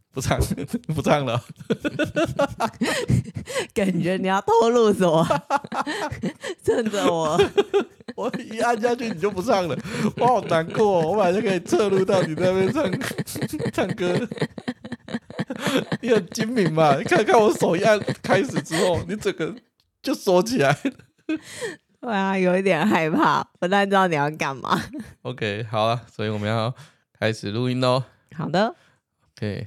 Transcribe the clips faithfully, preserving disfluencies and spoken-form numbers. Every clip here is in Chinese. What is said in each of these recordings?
不唱不唱了感觉你要透露什么？趁着我我一按下去你就不唱了，我好难过、哦、我马上可以侧录到你在那边唱唱歌。你很精明嘛，你看看我手一按开始之后你整个就缩起来了。 对啊，有一点害怕，不太知道你要干嘛。 OK 好了，所以我们要开始录音咯。 好的 OK，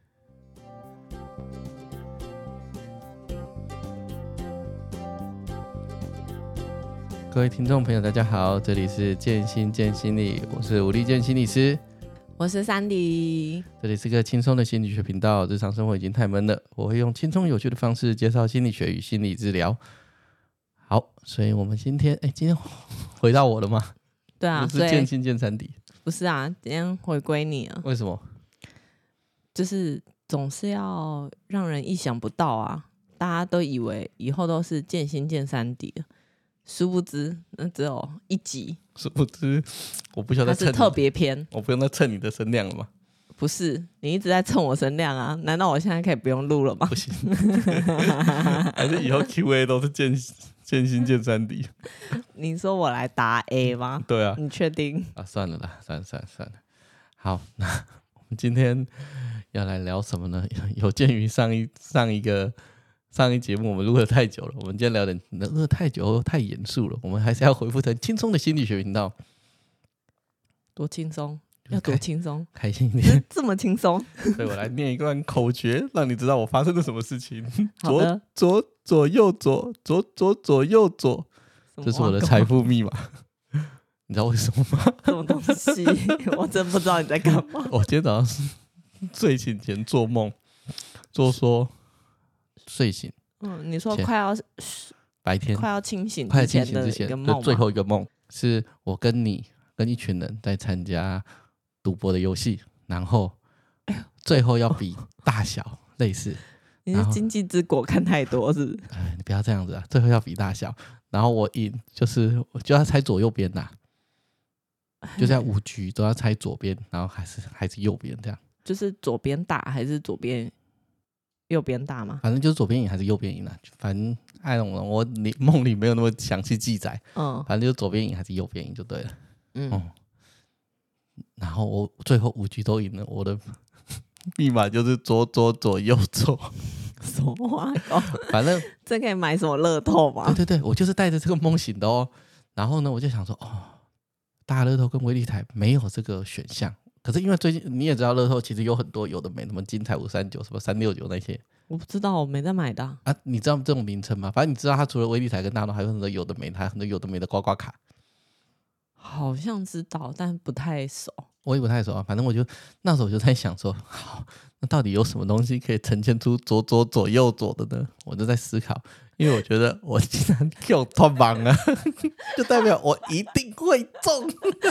各位听众朋友大家好，这里是健心健心理，我是吴立健心理师， 我是珊迪， 这里是个轻松的心理学频道。日常生活已经太闷了，我会用轻松有趣的方式介绍心理学与心理治疗。好，所以我们今天哎，今天回到我了吗？ 对啊， 不是健心健珊迪， 不是啊，今天回归你了。 为什么？ 就是总是要让人意想不到啊，大家都以为以后都是健心健珊迪了，殊不知那只有一集， 殊不知我不需要再蹭你， 它是特别篇， 我不用再蹭你的声量了吗？ 不是，你一直在蹭我声量啊，难道我现在可以不用录了吗？ 不行还是以后 Q A 都是健健心健珊迪？ 你说我来答 A 吗？ 对啊， 你确定？ 啊，算了啦，算了算了算了。好，那我们今天要来聊什么呢？有鉴于上一上一个上一节目我们录得太久了，我们今天聊点录得太久太严肃了，我们还是要恢复成轻松的心理学频道。 多轻松，要多轻松， 开心一点。 这么轻松。 所以我来念一段口诀，让你知道我发生了什么事情。 好的， 左左左右左左左左右左，这是我的财富密码。你知道为什么吗？ 什么东西？我真不知道你在干嘛。 我今天早上睡醒前做梦，做说睡醒， 嗯，你说快要白天快要清醒快之前的清醒之前一个梦， 的最后一个梦，是我跟你跟一群人在参加赌博的游戏，然后最后要比大小，类似。 你是经济之国看太多是不是？ 哎，你不要这样子啊！最后要比大小，然后我赢，就是我就要猜左右边呐、啊，就在五局都要猜左边，然后还是还是右边这样。 就是左边大还是左边右边大吗？ 反正就是左边赢还是右边赢啊？反正爱懂了，我你梦里没有那么详细记载， 嗯， 反正就是左边赢还是右边赢就对了。 嗯， 嗯，然后我最后五局都赢了，我的密码就是左左左右左。 什么话搞？ 反正这可以买什么乐透吗？ 对对对，我就是带着这个梦醒的哦。然后呢，我就想说，哦，大乐透跟威力彩没有这个选项。可是因为最近你也知道，乐透其实有很多有的没，什么金彩五三九、什么三六九那些我不知道，我没在买的啊。 啊。你知道这种名称吗？反正你知道，它除了威力彩跟大乐透，还有很多有的没的，还有很多有的没的刮刮卡。 好像知道，但不太熟。 我也不太熟啊，反正我就那时候我就在想说，好，那到底有什么东西可以呈现出左左左右左的呢？我就在思考，因为我觉得我既然有脱盲了，就代表我一定会中。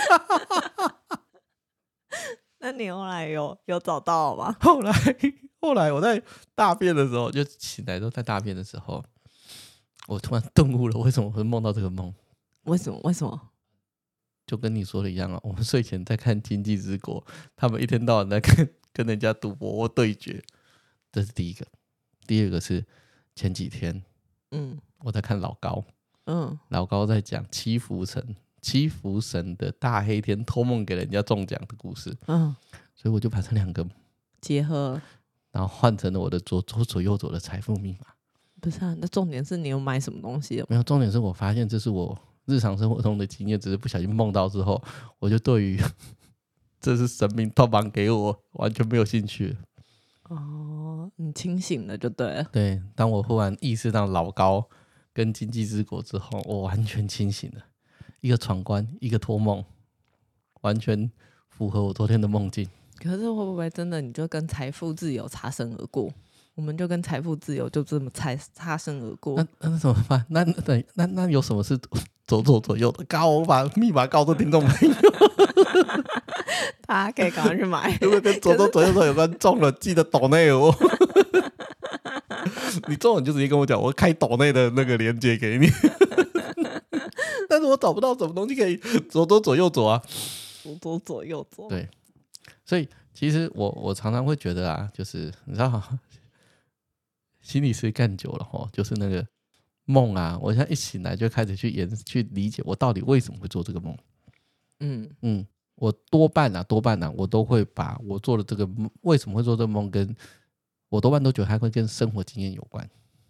那你后来有有找到吗？ 后来后来我在大便的时候，就醒来之后在大便的时候，我突然顿悟了，为什么会梦到这个梦？ 为什么？为什么？ 就跟你说的一样啊，我们睡前在看《经济之国》，他们一天到晚在跟跟人家赌博或对决，这是第一个。第二个是前几天，嗯，我在看老高，嗯，老高在讲七福神，七福神的大黑天托梦给人家中奖的故事，嗯，所以我就把这两个结合， 然后换成了我的左左左右左的财富密码。 不是啊，那重点是你有买什么东西？ 没有，重点是我发现这是我日常生活中的经验，只是不小心梦到之后，我就对于这是神明托梦给我完全没有兴趣。 哦，你清醒了就对了。 对，当我忽然意识到老高跟经济之国之后，我完全清醒了，一个闯关，一个托梦，完全符合我昨天的梦境。 可是会不会真的你就跟财富自由擦身而过？我们就跟财富自由就这么擦擦身而过。 那那怎么办？那那那那有什么是左左左右的？告我把密码告诉听众朋友， 大家可以赶快去买。 如果跟左左左右左有关中了，记得抖内哦。你中了你就直接跟我讲，我开抖内的那个链接给你。但是我找不到什么东西可以左左左右左啊。 左左左右左。 对，所以其实我我常常会觉得啊，就是你知道，心理师干久了吼，就是那个梦啊，我现在一醒来就开始去研去理解我到底为什么会做这个梦。 嗯嗯，我多半啊多半啊，我都会把我做的这个梦为什么会做这个梦，跟我多半都觉得它会跟生活经验有关。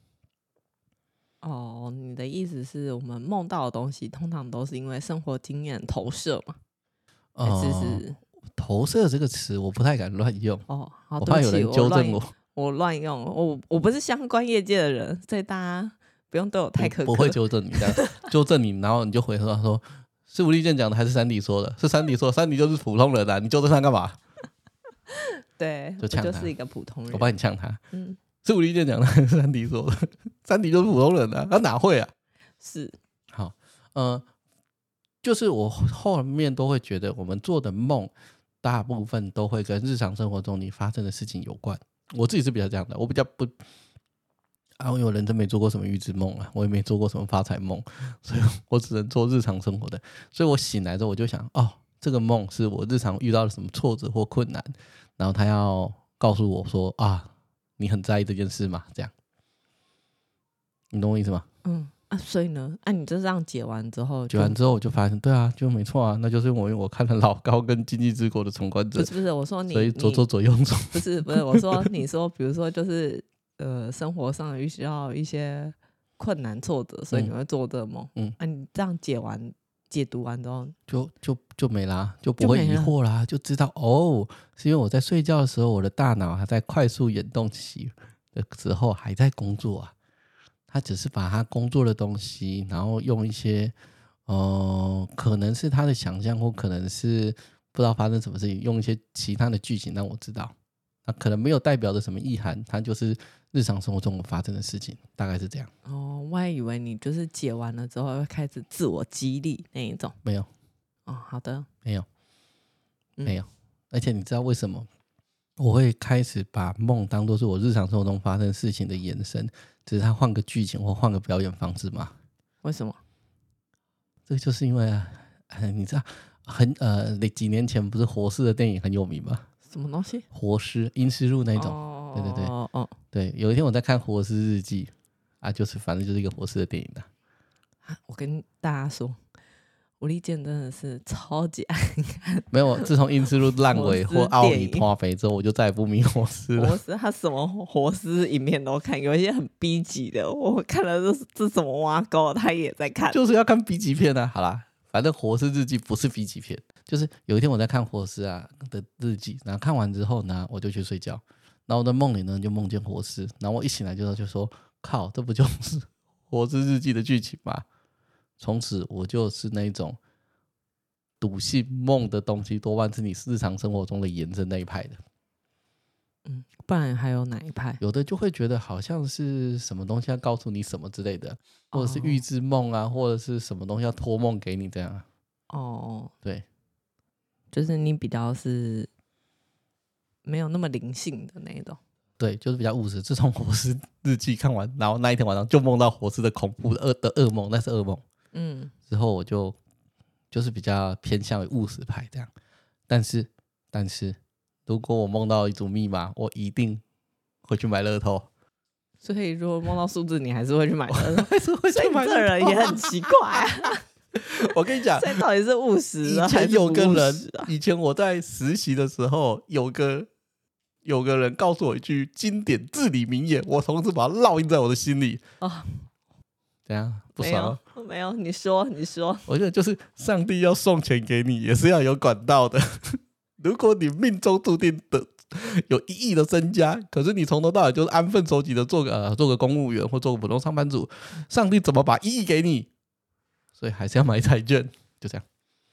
哦，你的意思是我们梦到的东西通常都是因为生活经验投射吗？还是是、 呃、投射这个词我不太敢乱用哦，好， 我怕有人纠正我。 我乱用，我我不是相关业界的人，所以大家不用对我太苛刻。 不会纠正你，这样纠正你，然后你就回答说是吴立健讲的还是山迪说的？是山迪说的，山迪就是普通人啊，你纠正他干嘛？ 对， 就呛他， 我就是一个普通人。 我帮你呛他。 嗯， 是吴立健讲的还是山迪说的？山迪就是普通人啊，他哪会啊？ 是好，呃，就是我后面都会觉得，我们做的梦大部分都会跟日常生活中你发生的事情有关。我自己是比较这样的，我比较不啊，我有人真没做过什么预知梦啊，我也没做过什么发财梦，所以我只能做日常生活的。所以我醒来之后，我就想，哦，这个梦是我日常遇到了什么挫折或困难，然后他要告诉我说啊，你很在意这件事嘛，这样，你懂我意思吗？ 嗯啊，所以呢，啊，你就这样解完之后， 解完之后我就发现，对啊，就没错啊，那就是我我看了老高跟经济之国的闯关者， 不是不是，我说你， 所以左左左右左， 不是不是，我说你说，比如说就是呃，生活上遇到一些困难挫折，所以你会做这个梦，嗯，啊，你这样解完解读完之后， 就就就没啦，就不会疑惑啦，就知道哦，是因为我在睡觉的时候，我的大脑还在快速眼动期的时候还在工作啊。他只是把他工作的东西，然后用一些呃，可能是他的想象，或可能是不知道发生什么事情，用一些其他的剧情让我知道，那可能没有代表着什么意涵，它就是日常生活中发生的事情，大概是这样。 哦，我还以为你就是解完了之后会开始自我激励那一种。 没有。 哦，好的。 没有，没有。嗯、而且你知道为什么我会开始把梦当作是我日常生活中发生事情的延伸，只是他换个剧情或换个表演方式吗？ 为什么？这个就是因为啊，你知道很呃几年前不是活尸的电影很有名吗？ 什么东西？ 活尸阴尸路那种。哦、对对对，哦哦，对，有一天我在看活尸日记啊，就是反正就是一个活尸的电影的、 啊。我跟大家说。吴立健真的是超级爱看， 没有，自从阴尸路烂尾或奥里拖肥之后，我就再也不迷活尸了。 活尸他什么活尸影片都看，有一些很 B 级的，我看了这这什么挖沟，他也在看， 就是要看 B 级片啊。好啦，反正活尸日记不是 B 级片，就是有一天我在看活尸啊的日记，然后看完之后呢，我就去睡觉，然后我的梦里呢就梦见活尸，然后我一醒来就就说靠，这不就是活尸日记的剧情吗？从此我就是那种笃信梦的东西多半是你日常生活中的延伸那一派的。 嗯，不然还有哪一派？ 有的就会觉得好像是什么东西要告诉你什么之类的，或者是预知梦啊，或者是什么东西要托梦给你这样。哦，对， 就是你比较是没有那么灵性的那一种。 对，就是比较务实。自从活尸日记看完，然后那一天晚上就梦到活尸的恐怖的噩的噩梦，那是噩梦。嗯，之后我就就是比较偏向于务实派这样。但是，但是如果我梦到一组密码，我一定会去买乐透。 所以，如果梦到数字，你还是会去买乐透？ 还是会去买乐透？ 这人也很奇怪啊。 我跟你讲， 所以到底是务实的还是不务实啊？以前有个人，以前我在实习的时候，有个有个人告诉我一句经典至理名言，我从此把它烙印在我的心里。哦，怎样？不爽啊？ 没有，没有，你说，你说。 我觉得就是上帝要送钱给你，也是要有管道的。如果你命中注定的有一亿的身家，可是你从头到尾就是安分守己的做个、呃、做个公务员或做个普通上班族，上帝怎么把一亿给你？所以还是要买彩券，就这样。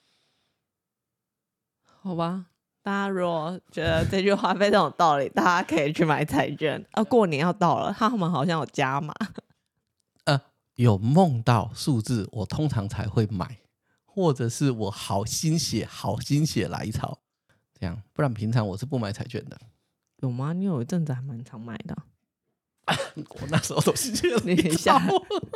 好吧，大家如果觉得这句话非常有道理，大家可以去买彩券。啊，过年要到了，他们好像有加码。 呃，有梦到数字，我通常才会买，或者是我好心血，好心血来潮，这样，不然平常我是不买彩券的。 有吗？你有一阵子还蛮常买的。 我那时候都心血来潮。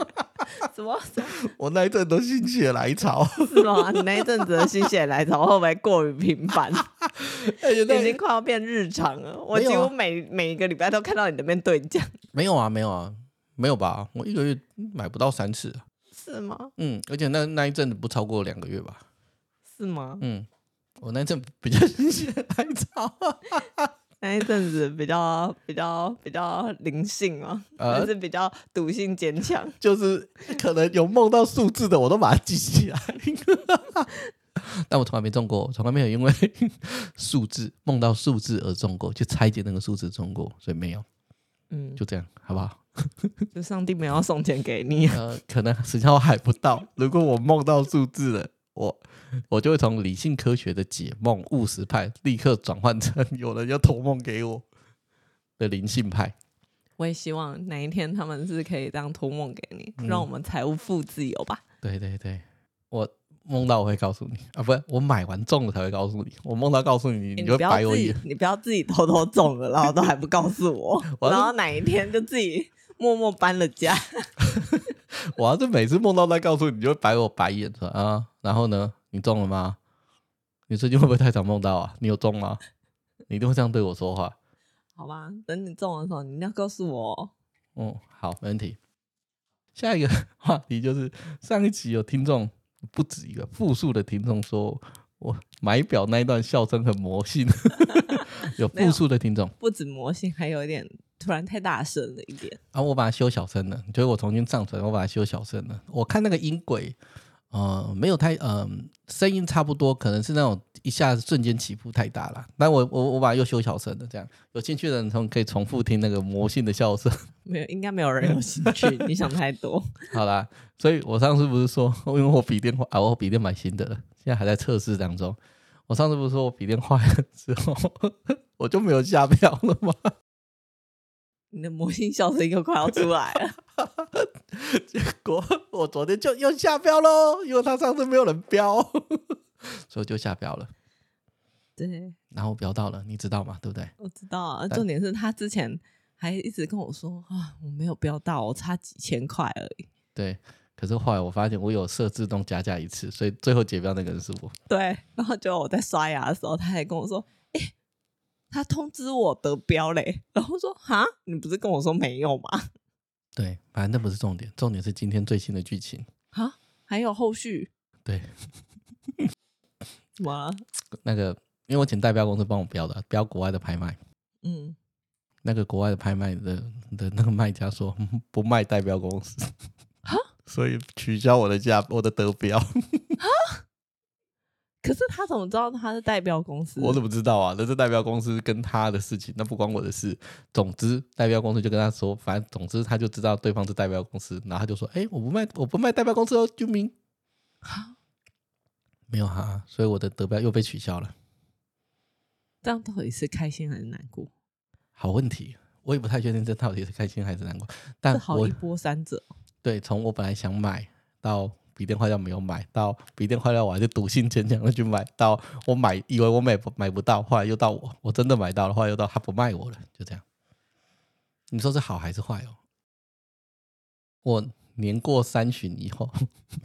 什么什么？ 我那一阵都心血来潮， 是吗？你那一阵子的心血来潮会不会过于频繁？已经快要变日常了。我几乎每、啊、每一个礼拜都看到你那边兑奖。 没有啊，没有啊，没有吧？我一个月买不到三次、啊。 是吗？ 嗯，而且那那一阵子不超过两个月吧？ 是吗？ 嗯，我那一阵比较心血来潮。 那一阵子比较比较比较灵性吗？呃、还是比较赌性坚强？ 就是可能有梦到数字的，我都把它记起来。但我从来没中过，从来没有因为数字梦到数字而中过，去拆解那个数字中过，所以没有。嗯，就这样，好不好？ 就上帝没有要送钱给你。 呃，可能时间我还不到。如果我梦到数字了，我我就会从理性科学的解梦务实派，立刻转换成有人要托梦给我的灵性派。 我也希望哪一天他们是可以这样托梦给你，嗯、让我们财务富自由吧。 对对对，我梦到我会告诉你啊，不是我买完中了才会告诉你。我梦到告诉你，你就白我一眼。 你不要自己偷偷中了，然后都还不告诉我，我然后哪一天就自己默默搬了家。 我要是每次梦到再告诉你，你就会白我白眼说啊，然后呢，你中了吗？你最近会不会太常梦到啊？你有中吗？你一定会这样对我说话。 好吧，等你中的时候，你一定要告诉我哦。 嗯，好，没问题。下一个话题就是上一期有听众不止一个复数的听众说我买表那一段笑声很魔性。有复数的听众不止魔性，还有一点突然太大声了一点啊！我把它修小声了，就是我重新上传，我把它修小声了。我看那个音轨，呃，没有太，嗯、呃，声音差不多，可能是那种一下子瞬间起伏太大了。但我我我把它又修小声了，这样有兴趣的人从可以重复听那个魔性的笑声。 没有，应该没有人有兴趣。你想太多。 好啦，所以我上次不是说，因为我笔电啊，我笔电买新的了，现在还在测试当中。我上次不是说我笔电坏了之后，我就没有下标了吗？ 你的魔性笑声又快要出来了。 结果我昨天就又下标咯，因为他上次没有人标，所以我就下标了。 对， 然后标到了，你知道吗？对不对？ 我知道啊，重点是他之前还一直跟我说啊，我没有标到，我差几千块而已。 对。可是后来我发现我有设自动加价一次，所以最后结标那个人是我。 对，然后就我在刷牙的时候，他还跟我说：“哎、欸，他通知我得标嘞。”然后说：“哈，你不是跟我说没有吗？” 对，反正那不是重点，重点是今天最新的剧情。 哈，还有后续？ 对， 怎么了？ 那个，因为我请代标公司帮我标的，标国外的拍卖。嗯，那个国外的拍卖的的那个卖家说不卖代标公司。 哈， 所以取消我的价，我的得标。 哈，可是他怎么知道他是代标公司？ 我怎么知道啊？那是代标公司跟他的事情，那不关我的事。总之，代标公司就跟他说，反正总之他就知道对方是代标公司，然后他就说：“哎、欸，我不卖，我不卖代标公司哦，救命！”哈，没有哈，所以我的得标又被取消了。 这样到底是开心还是难过？ 好问题，我也不太确定这到底是开心还是难过。但我好一波三折。对， 从我本来想买到笔电坏掉没有买，到笔电坏掉我还是赌性坚强的去买，到我买以为我买买不到，后来又到我我真的买到了，后来又到他不卖我了，就这样。你说是好还是坏哦？我年过三旬以后，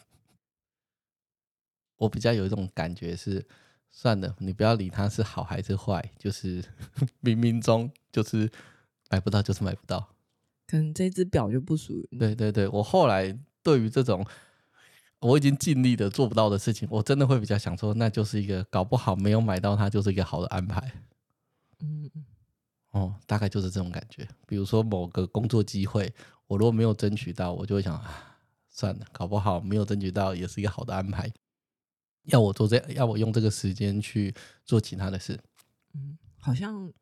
我比较有一种感觉是，算了，你不要理他是好还是坏，就是冥冥中就是买不到就是买不到。 可能这只表就不属于你。 对对对，我后来对于这种我已经尽力的做不到的事情，我真的会比较想说，那就是一个搞不好没有买到它就是一个好的安排。嗯嗯，哦，大概就是这种感觉。比如说某个工作机会，我如果没有争取到，我就会想，啊，算了，搞不好没有争取到也是一个好的安排。要我做这，要我用这个时间去做其他的事。 嗯，好像。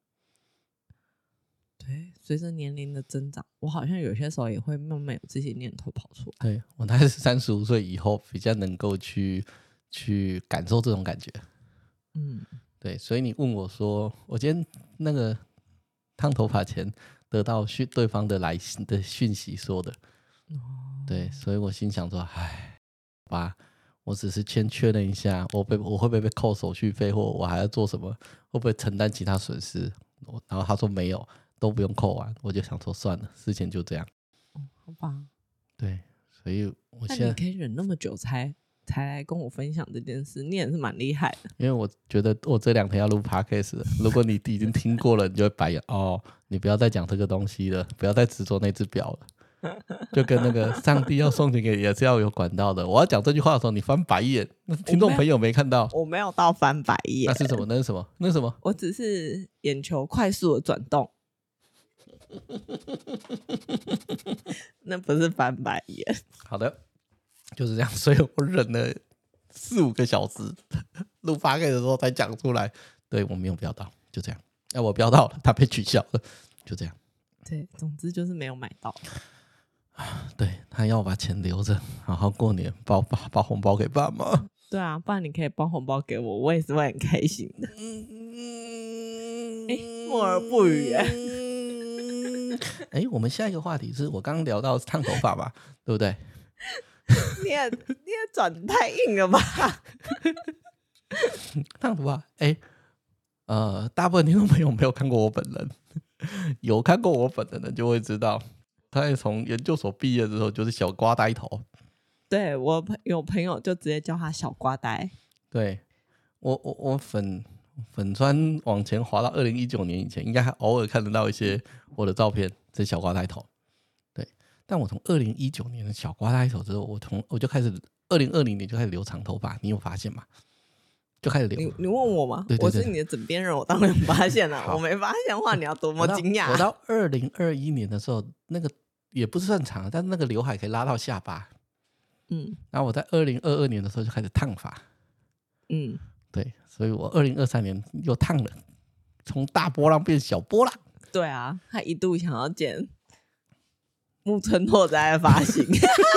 对，随着年龄的增长，我好像有些时候也会慢慢有这些念头跑出来。 对，我大概是三十五岁以后比较能够去去感受这种感觉。嗯，对，所以你问我说，我今天那个烫头发前得到讯对方的来信的讯息说的，哦，对，所以我心想说，哎，吧，我只是先确认一下，我被我会不会被扣手续费，或我还要做什么，会不会承担其他损失？然后他说没有。都不用扣完，我就想说算了，事情就这样。 哦，好吧。 对，所所以我那现在你可以忍那么久才才来跟我分享这件事，你也是蛮厉害的。 因为我觉得我这两天要录 podcast 了，如果你已经听过了，你就会白眼哦，你不要再讲这个东西了，不要再执着那只表了。就跟那个上帝要送钱给你也是要有管道的。我要讲这句话的时候，你翻白眼，那听众朋友没看到， 我没有到翻白眼， 那是什么？那是什么？那是什么？ 我只是眼球快速的转动，那不是翻白眼。 好的，就是这样。所以我忍了四五个小时，录 podcast 的时候才讲出来。对，我没有标到，就这样。哎、啊，我标到了，它被取消了，就这样。 对，总之就是没有买到。 对，他要我把钱留着，好好过年，包包包红包给爸妈。 对啊，不然你可以包红包给我，我也是会很开心的。哎、默而不语哎。 哎，我们下一个话题是我刚刚聊到烫头发嘛，对不对？ 你也你也转得太硬了吧？ 烫头发，哎，呃，大部分听众朋友没有看过我本人，有看过我本人的就会知道。他也从研究所毕业之后就是小瓜呆头， 对，我有朋友就直接叫他小瓜呆。 对，我我我粉粉专往前滑到二零一九年以前，应该还偶尔看得到一些我的照片，是小瓜呆头。对，但我从二零一九年的小瓜呆头之后，我从我就开始二零二零年就开始留长头发，你有发现吗？就开始留。 你你问我吗？ 对对对， 我是你的枕边人，我当然发现了。我没发现的话，你要多么惊讶！ 我到二零二一年的时候，那个也不是算长，但是那个刘海可以拉到下巴。 嗯， 然后我在二零二二年的时候就开始烫发。 嗯， 对，所以我二零二三年又烫了，从大波浪变小波浪。 对啊，他一度想要剪木村拓哉的发型。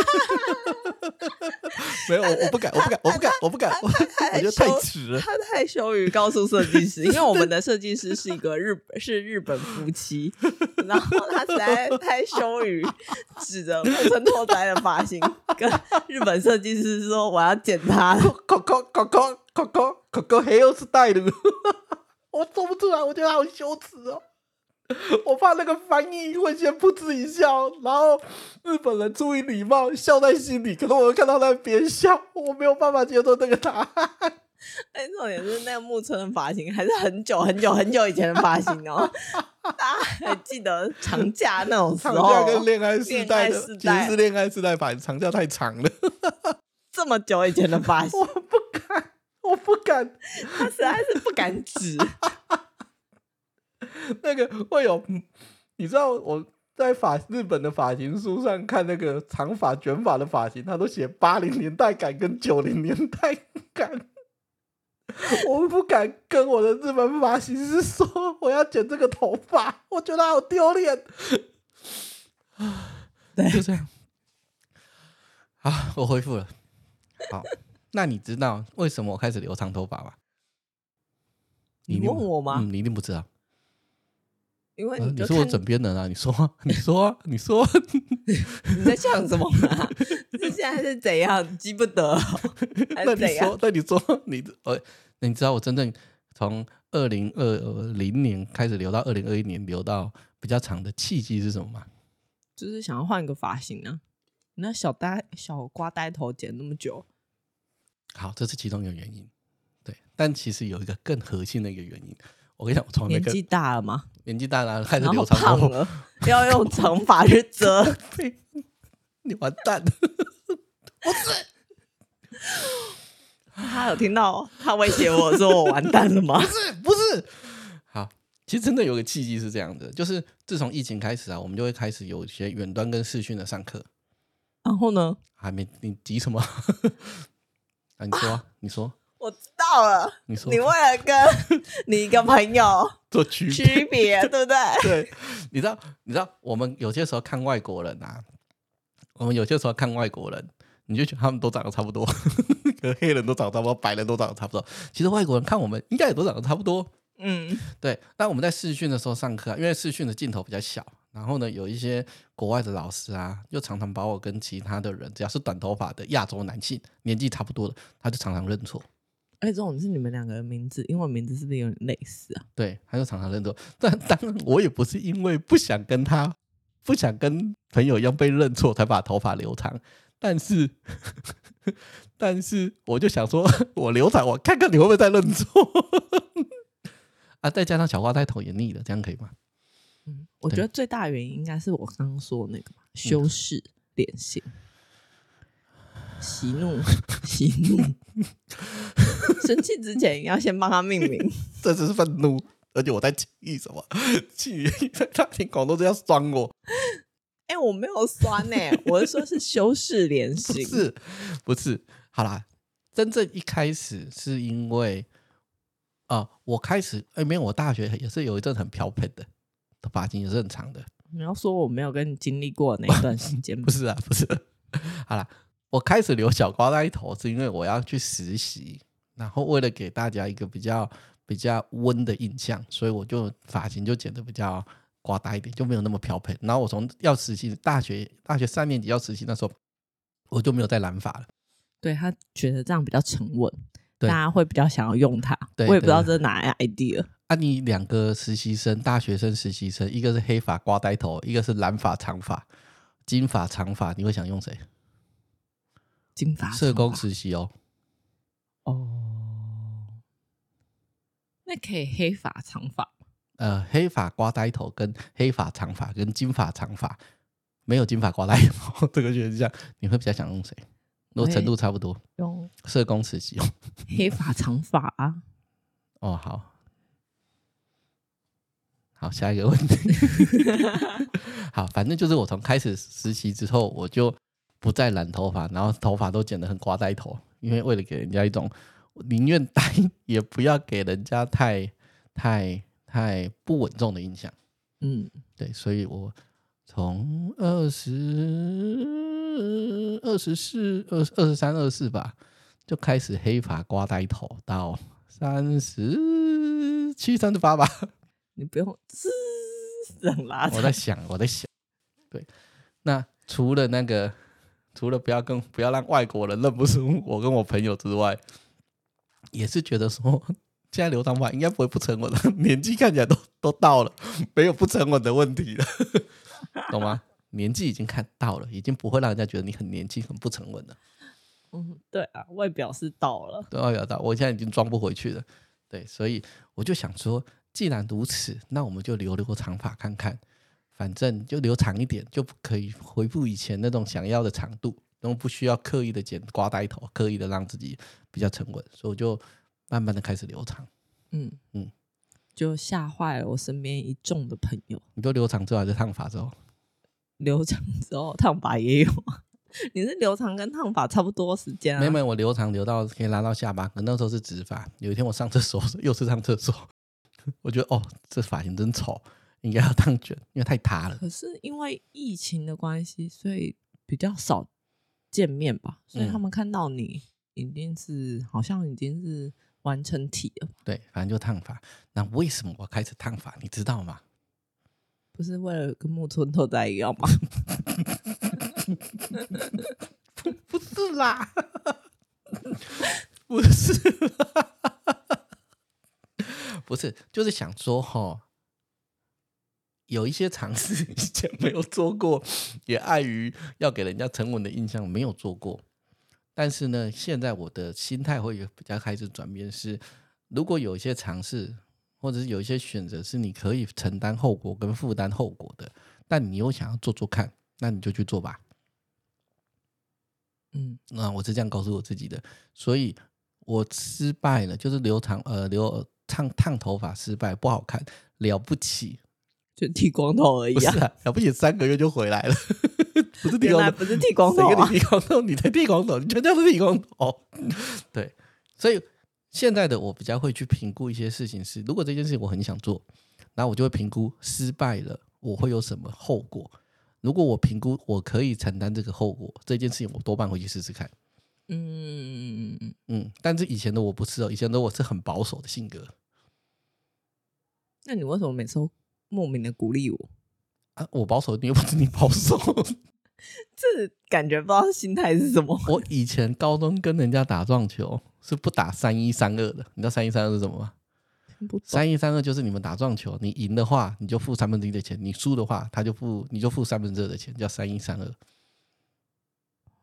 没有，我我不敢，我不敢，我不敢，我不敢，我我觉得太迟了。 他太羞于告诉设计师，因为我们的设计师是一个日本是日本夫妻，然后他实在太羞于指着木村拓哉的发型跟日本设计师说我要剪他。 Coco Coco Coco Coco hairstyle， 我做不出来，我觉得好羞耻哦。我怕那个翻译会先噗嗤一笑，然后日本人出于礼貌笑在心里，可是我看到他边笑，我没有办法接受那个答案。 哎，重点是那个木村的发型还是很久很久很久以前的发型哦，大家还记得长假那种时候， 长假跟恋爱世代的， 世代其实是恋爱世代发型，长假太长了， 这么久以前的发型， 我不敢，我不敢， 他实在是不敢指。 那个会有，你知道我在发日本的发型书上看那个长发卷发的发型，他都写八零年代感跟九零年代感。我不敢跟我的日本发型师说我要剪这个头发，我觉得好丢脸。 对， 就这样。好，我恢复了。好，那你知道为什么我开始留长头发吗？ 你问我吗？ 嗯，你一定不知道。 因为你就、 啊、你是我枕边人啊！你说，你说，你说， 你在想什么啊？这现在是怎样？记不得、哦？ 那你说，那你说，你呃，你知道我真正从二零二零年开始留到二零二一年，留到比较长的契机是什么吗？ 就是想要换一个发型啊！那小呆小瓜呆头剪那么久， 好，这是其中一个原因。对，但其实有一个更核心的一个原因。我跟你讲，我从来没年纪大了吗？ 年纪大了，开始留长头胖了，要用长发去遮。 你完蛋了！不是， 他有听到他威胁我说我完蛋了吗？ 不是，不是。好，其实真的有个契机是这样的，就是自从疫情开始啊，我们就会开始有一些远端跟视讯的上课。 然后呢？ 还没，你急什么？啊，你说、啊，你说。 我知道了， 你说， 你为了跟你一个朋友做区别， 区别，对不对？ 对，你知道，你知道，我们有些时候看外国人啊，我们有些时候看外国人，你就觉得他们都长得差不多，可黑人都长得差不多，白人都长得差不多。其实外国人看我们，应该也都长得差不多。 嗯， 对。那我们在视讯的时候上课、啊，因为视讯的镜头比较小，然后呢，有一些国外的老师啊，就常常把我跟其他的人，只要是短头发的亚洲男性，年纪差不多的，他就常常认错。 而且这种是你们两个的名字，英文名字是不是有点类似啊？ 对，他就常常认错。但当然，我也不是因为不想跟他、不想跟朋友一样被认错，才把头发留长。 但是但是我就想说，我留长，我看看你会不会再认错啊？再加上小花呆头也腻了，这样可以吗？ 嗯，我觉得最大的原因应该是我刚刚说的那个修饰脸型。喜怒喜怒生气之前要先帮他命名。 这只是愤怒，而且我在气什么？气他听广东就要酸我。 哎、欸，我没有酸呢、欸，我是说是修饰脸型。 不是不是，好啦，真正一开始是因为啊、呃，我开始哎、欸，没有，我大学也是有一阵很飘配的，发型也是很长的。 你要说我没有跟你经历过那一段时间吗？ 不是啊，不是。好啦，我开始留小瓜呆头是因为我要去实习，然后为了给大家一个比较比较温的印象，所以我就发型就剪得比较瓜呆一点，就没有那么飘配。然后我从要实习大学大学三年级要实习那时候，我就没有再染发了。 对，他觉得这样比较沉稳，大家会比较想要用它。 对， 我也不知道这是哪来 idea。 啊，你两个实习生，大学生实习生，一个是黑发瓜呆头，一个是蓝发长发。金发长发，你会想用谁？ 金发社工实习哦。 哦，那可以黑发长发。 呃，黑发瓜呆头跟黑发长发跟金发长发，没有金发瓜呆头这个选项，你会比较想用谁？如果程度差不多， 用社工实习哦。 黑发长发啊。 哦，好，好，下一个问题。好，反正就是我从开始实习之后，我就不再染头发，然后头发都剪得很瓜呆头，因为为了给人家一种宁愿呆也不要给人家太太太不稳重的印象。 嗯， 对，所以我从二十二十四二二十三二四吧，就开始黑发瓜呆头，到三十七三十八吧。 你不用这样拉长。 我在想，我在想，对，那除了那个，除了不要跟不要让外国人认不出我跟我朋友之外，也是觉得说，现在留长发应该不会不沉稳了，年纪看起来都都到了，没有不沉稳的问题了，懂吗？年纪已经看到了，已经不会让人家觉得你很年轻、很不沉稳了。 嗯，对啊，外表是到了， 对，外表到，我现在已经装不回去了。对，所以我就想说，既然如此，那我们就留留长发看看，反正就留长一点，就可以恢复以前那种想要的长度，然后不需要刻意的剪瓜呆头，刻意的让自己比较沉稳，所以我就慢慢的开始留长。 嗯嗯， 就吓坏了我身边一众的朋友。 你就留长之后还是烫发之后？ 留长之后烫发也有。你是留长跟烫发差不多时间啊？ 没有没有，我留长留到可以拉到下巴，可那时候是直发。有一天我上厕所，又是上厕所，我觉得哦，这发型真丑，应该要烫卷，因为太塌了。 可是因为疫情的关系，所以比较少见面吧，所以他们看到你一定是、嗯、好像已经是完成体了。 对，反正就烫发。那为什么我开始烫发，你知道吗？ 不是为了跟木村拓哉一样吗？ 不, 不是啦，不是啦，不是，就是想说哈，有一些尝试以前没有做过，也碍于要给人家沉稳的印象，没有做过。但是呢，现在我的心态会比较开始转变是，如果有一些尝试，或者是有一些选择是你可以承担后果跟负担后果的，但你又想要做做看，那你就去做吧。嗯，那我是这样告诉我自己的，所以我失败了，就是留长呃留烫烫头发失败不好看，了不起就剃光头而已啊， 不是啊，了不起三个月就回来了，不是剃光头， 原来不是剃光头、啊， 谁跟你剃光头？你才剃光头，你全家都剃光头。对，所以现在的我比较会去评估一些事情是，如果这件事情我很想做，然后我就会评估失败了我会有什么后果。如果我评估我可以承担这个后果，这件事情我多半会去试试看。嗯嗯嗯，但是以前的我不是哦，以前的我是很保守的性格。 那你为什么每次都莫名的鼓励我啊？我保守，你又不是你保守， 这感觉不知道心态是什么。 我以前高中跟人家打撞球是不打三一三二的，你知道三一三二是什么吗？三一三二就是你们打撞球，你赢的话你就付三分之一的钱，你输的话他就付你就付三分之二的钱，叫三一三二。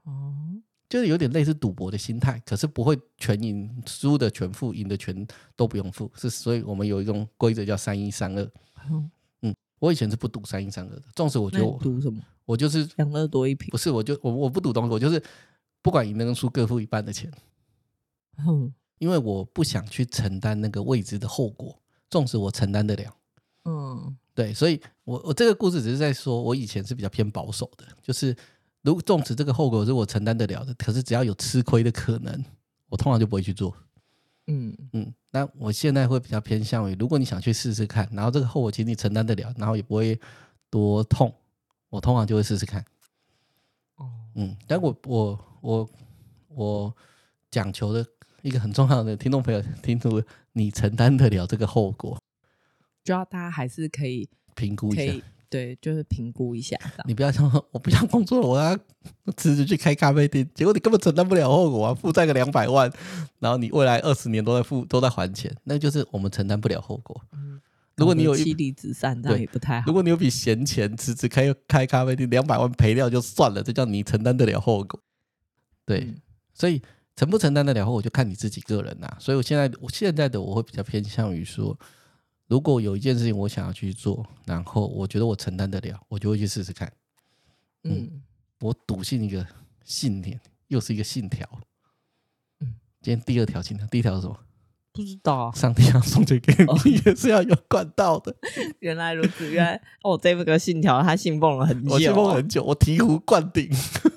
哦， 就是有点类似赌博的心态，可是不会全赢，输的全付，赢的全都不用付，是所以我们有一种规则叫三一三二。 嗯， 嗯，我以前是不赌三一三二的，纵使我觉那得我你赌什么？ 我就是养乐多一瓶不。是我就我我不赌东西，我就是不管赢的跟输各付一半的钱， 嗯因为我不想去承担那个未知的后果，纵使我承担得了。 嗯对，所以我我这个故事只是在说，我以前是比较偏保守的，就是如果纵使这个后果是我承担得了的，可是只要有吃亏的可能，我通常就不会去做。 嗯嗯，那我现在会比较偏向于，如果你想去试试看，然后这个后果其实你承担得了，然后也不会多痛，我通常就会试试看。 哦， 嗯，但我我我我讲求的一个很重要的听众朋友，听出你承担得了这个后果， 就要大家还是可以评估一下。 可以对，就是评估一下这样。 你不要想说我不想工作了，我要辞职去开咖啡店，结果你根本承担不了后果啊，负债个两百万，然后你未来二十年都在付都在还钱，那就是我们承担不了后果。 嗯， 如果你有一妻离子散，这样也不太好。 如果你有笔闲钱，辞职开开咖啡店，两百万赔掉就算了，这叫你承担得了后果。对， 嗯所以承不承担得了后果就看你自己个人啦、所以我现在我现在的我会比较偏向于说，如果有一件事情我想要去做，然后我觉得我承担得了，我就会去试试看。 嗯我笃信一个信念，又是一个信条。 嗯， 今天第二条信条，第一条是什么？ 不知道啊， 上帝要送钱给你，也是要有管道的。 原来如此，原来哦，这个信条他信奉了很久、啊， 我信奉很久，我醍醐灌顶。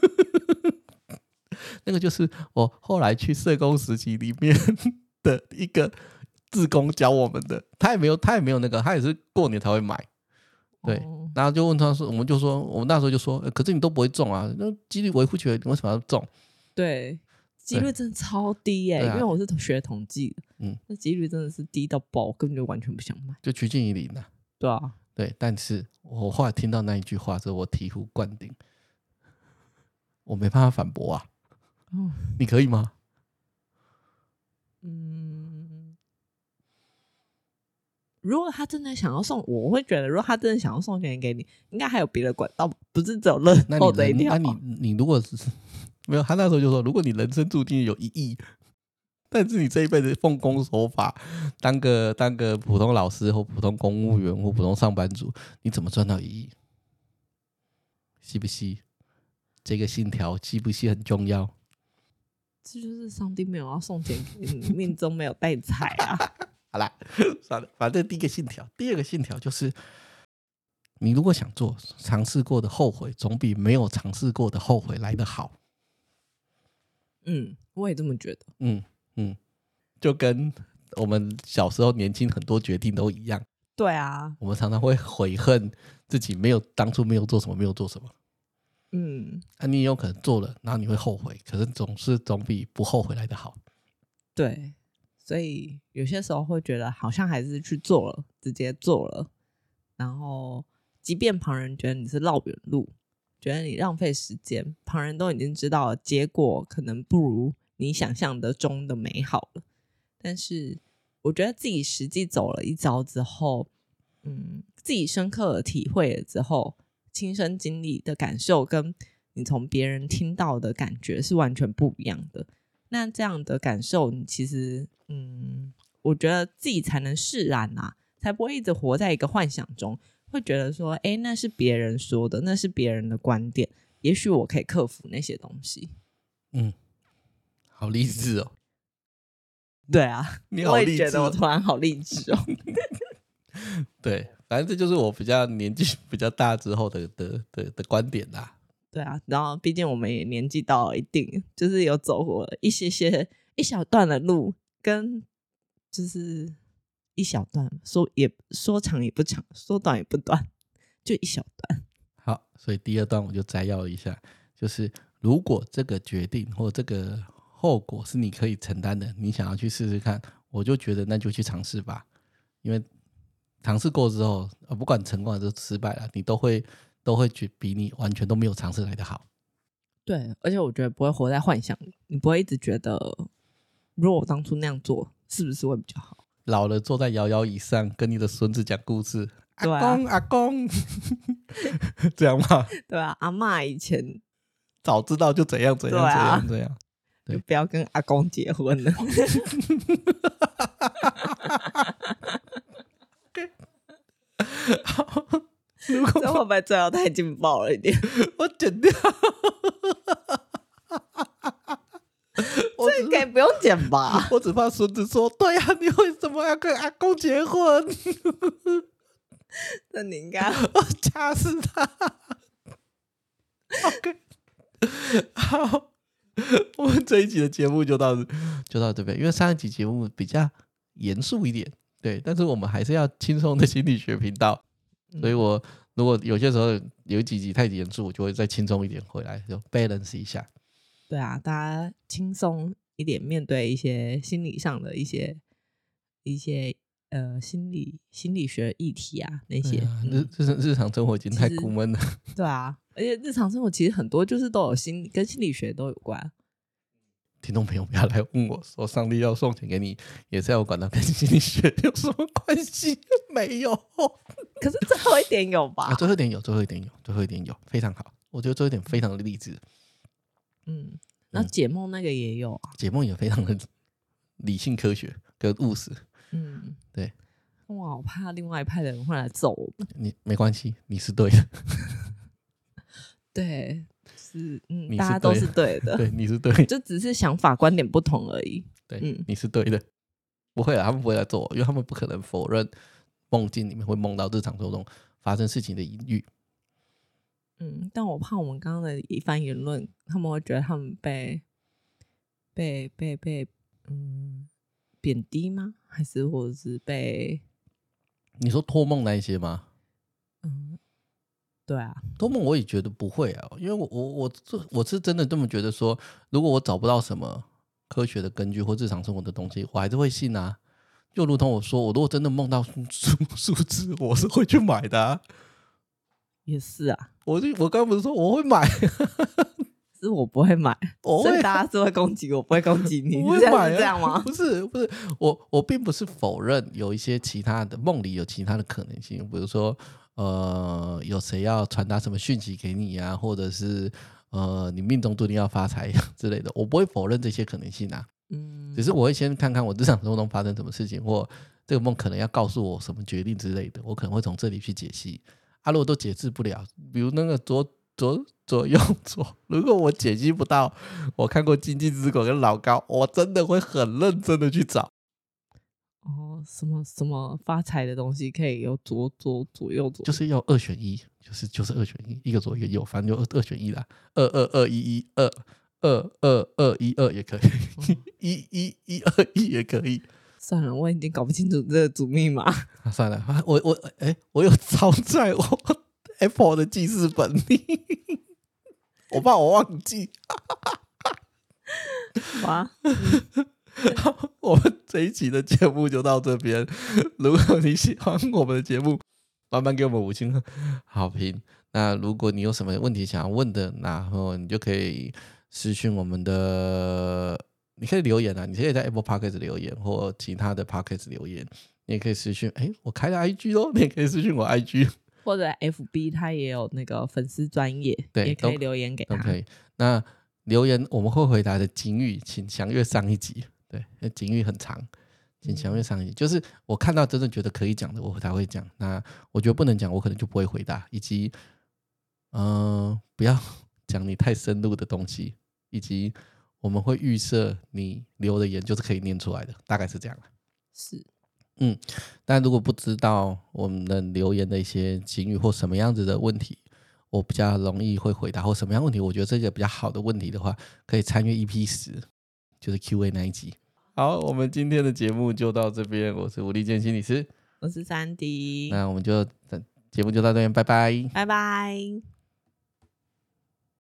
那个就是我后来去社工实习里面的一个志工教我们的，他也没有，他也没有那个，他也是过年才会买。对， 哦然后就问他说，我们就说，我们那时候就说，呃可是你都不会中啊，那几率微乎其微，你为什么要中？ 对，几率真的超低耶、 对啊因为我是学统计的， 嗯， 那几率真的是低到爆，我根本就完全不想买。 就趋近于零啊。 对啊， 对，但是我后来听到那一句话之后，我醍醐灌顶，我没办法反驳啊。 哦， 你可以吗？ 嗯，如果他真的想要送，我会觉得，如果他真的想要送钱给你，应该还有别的管道，不是只有乐那你透这一条。 人那你你如果是没有，他那时候就说，如果你人生注定有一亿，但是你这一辈子奉公守法，当个当个普通老师或普通公务员或普通上班族，你怎么赚到一亿？细不细？这个信条细不细很重要。 这就是上帝没有要送钱给你，命中没有带财啊。 好啦，算了，反正第一个信条，第二个信条就是，你如果想做，尝试过的后悔，总比没有尝试过的后悔来得好。 嗯，我也这么觉得。 嗯嗯，就跟我们小时候年轻很多决定都一样， 对啊， 我们常常会悔恨自己没有当初没有做什么，没有做什么。 嗯， 啊，你也有可能做了，然后你会后悔，可是总是总比不后悔来得好。 对，所以有些时候会觉得好像还是去做了，直接做了，然后即便旁人觉得你是绕远路，觉得你浪费时间，旁人都已经知道了结果可能不如你想象的中的美好了，但是我觉得自己实际走了一遭之后，嗯，自己深刻的体会了之后，亲身经历的感受跟你从别人听到的感觉是完全不一样的。那这样的感受，你其实，嗯，我觉得自己才能释然啊，才不会一直活在一个幻想中，会觉得说，哎，那是别人说的，那是别人的观点，也许我可以克服那些东西。 嗯，好励志哦。 对啊， 你好我励志哦也觉得我突然好励志哦。 对，反正这就是我比较年纪比较大之后的的的的观点啦。 对啊，然后毕竟我们也年纪到了一定，就是有走过一些些一小段的路，跟就是一小段，说也说长也不长，说短也不短，就一小段。 好，所以第二段我就摘要一下，就是如果这个决定或这个后果是你可以承担的，你想要去试试看，我就觉得那就去尝试吧，因为尝试过之后，呃，不管成功还是失败了，你都会都会觉比你完全都没有尝试来的好。 对，而且我觉得不会活在幻想里，你不会一直觉得，如果我当初那样做，是不是会比较好？ 老了坐在摇摇椅上，跟你的孙子讲故事， 对啊阿公阿公，这样吗？ 对啊，阿嬷以前早知道就怎样怎样怎样怎样， 就不要跟阿公结婚了。 好，如果这会不会最后太劲爆了一点？ 我剪掉。 这个可以不用剪吧？ 我只怕孙子说：“对啊，你为什么要跟阿公结婚？” 那你应该我掐死他。OK， 好，我们这一集的节目就到就到这边，因为上一集节目比较严肃一点，对，但是我们还是要轻松的心理学频道，所以我如果有些时候有几集太严肃，我就会再轻松一点回来，就 balance 一下。 对啊，大家轻松一点面对一些心理上的一些一些呃心理心理学议题啊那些。 啊、日日日常生活已经太苦闷了。 对啊，而且日常生活其实很多就是都有心跟心理学都有关。 听众朋友不要来问我说上帝要送钱给你也是要管到跟心理学有什么关系？没有。 可是最后一点有吧？ 啊，最后一点有，最后一点有，最后一点有，非常好。我觉得最后一点非常的励志。 嗯，然后解梦那个也有啊， 解梦也非常的理性科学跟务实。 嗯， 对。 我好怕另外一派的人会来揍我们。 你没关系，你是对的。 对，是嗯， 你是大家都是对的。 对，你是对， 就只是想法观点不同而已。 对， 嗯， 你是对的。不会啦，他们不会来揍我，因为他们不可能否认梦境里面会梦到日常生活中发生事情的隐喻。 嗯，但我怕我们刚刚的一番言论，他们会觉得他们被被被被嗯贬低吗？还是或者是被你说托梦那一些吗？ 嗯，对啊， 托梦我也觉得不会啊，因为我我我我是真的这么觉得说，如果我找不到什么科学的根据或日常生活的东西，我还是会信啊。就如同我说，我如果真的梦到数数字，我是会去买的啊。 也是啊， 我就我刚刚不是说我会买， 是我不会买， 我会所以大家是会攻击我，不会攻击你， 我会是这样买、啊、 是这样吗？ 不是不是，我我并不是否认有一些其他的梦里有其他的可能性，比如说呃，有谁要传达什么讯息给你啊，或者是呃，你命中注定要发财之类的，我不会否认这些可能性啊。 嗯， 只是我会先看看我日常生活中发生什么事情，或这个梦可能要告诉我什么决定之类的，我可能会从这里去解析。啊，如果都解释不了，比如那个左左左右左，如果我解析不到，我看过《经济之国》跟老高，我真的会很认真的去找。 哦，什么什么发财的东西可以有左左左右左， 就是要二选一，就是就是二选一，一个左一个右，反正就二二选一啦，二二二一一二二二二一二也可以，一一一二一也可以。 算了，我已经搞不清楚这个组密码。 啊、算了，我我哎、欸，我有抄在我 Apple 的记事本里，我怕我忘记。 哇， 好，我们这一期的节目就到这边。如果你喜欢我们的节目，慢慢给我们五星好评。那如果你有什么问题想要问的，然后你就可以私讯我们的。你可以留言啊，你可以在 Apple Podcast 留言或其他的 Podcast 留言，你也可以私讯。哎，我开了 I G 咯，你也可以私讯我 I G， 或者 F B 它也有那个粉丝专页， 对， 也可以留言给他。 OK， 那留言我们会回答的警语，请详阅上一集。对，警语很长，请详阅上一集。嗯、就是我看到真的觉得可以讲的，我才会讲。那我觉得不能讲，我可能就不会回答。以及，嗯、呃，不要讲你太深入的东西，以及。我们会预设你留的言就是可以念出来的，大概是这样。 是， 嗯，但如果不知道我们的留言的一些警语或什么样子的问题，我比较容易会回答，或什么样问题，我觉得这个比较好的问题的话，可以参阅 E P 十，就是 Q A 那一集。好，我们今天的节目就到这边，我是吴立健心理师， 我是三 D， 那我们就节目就到这边，拜拜， 拜拜。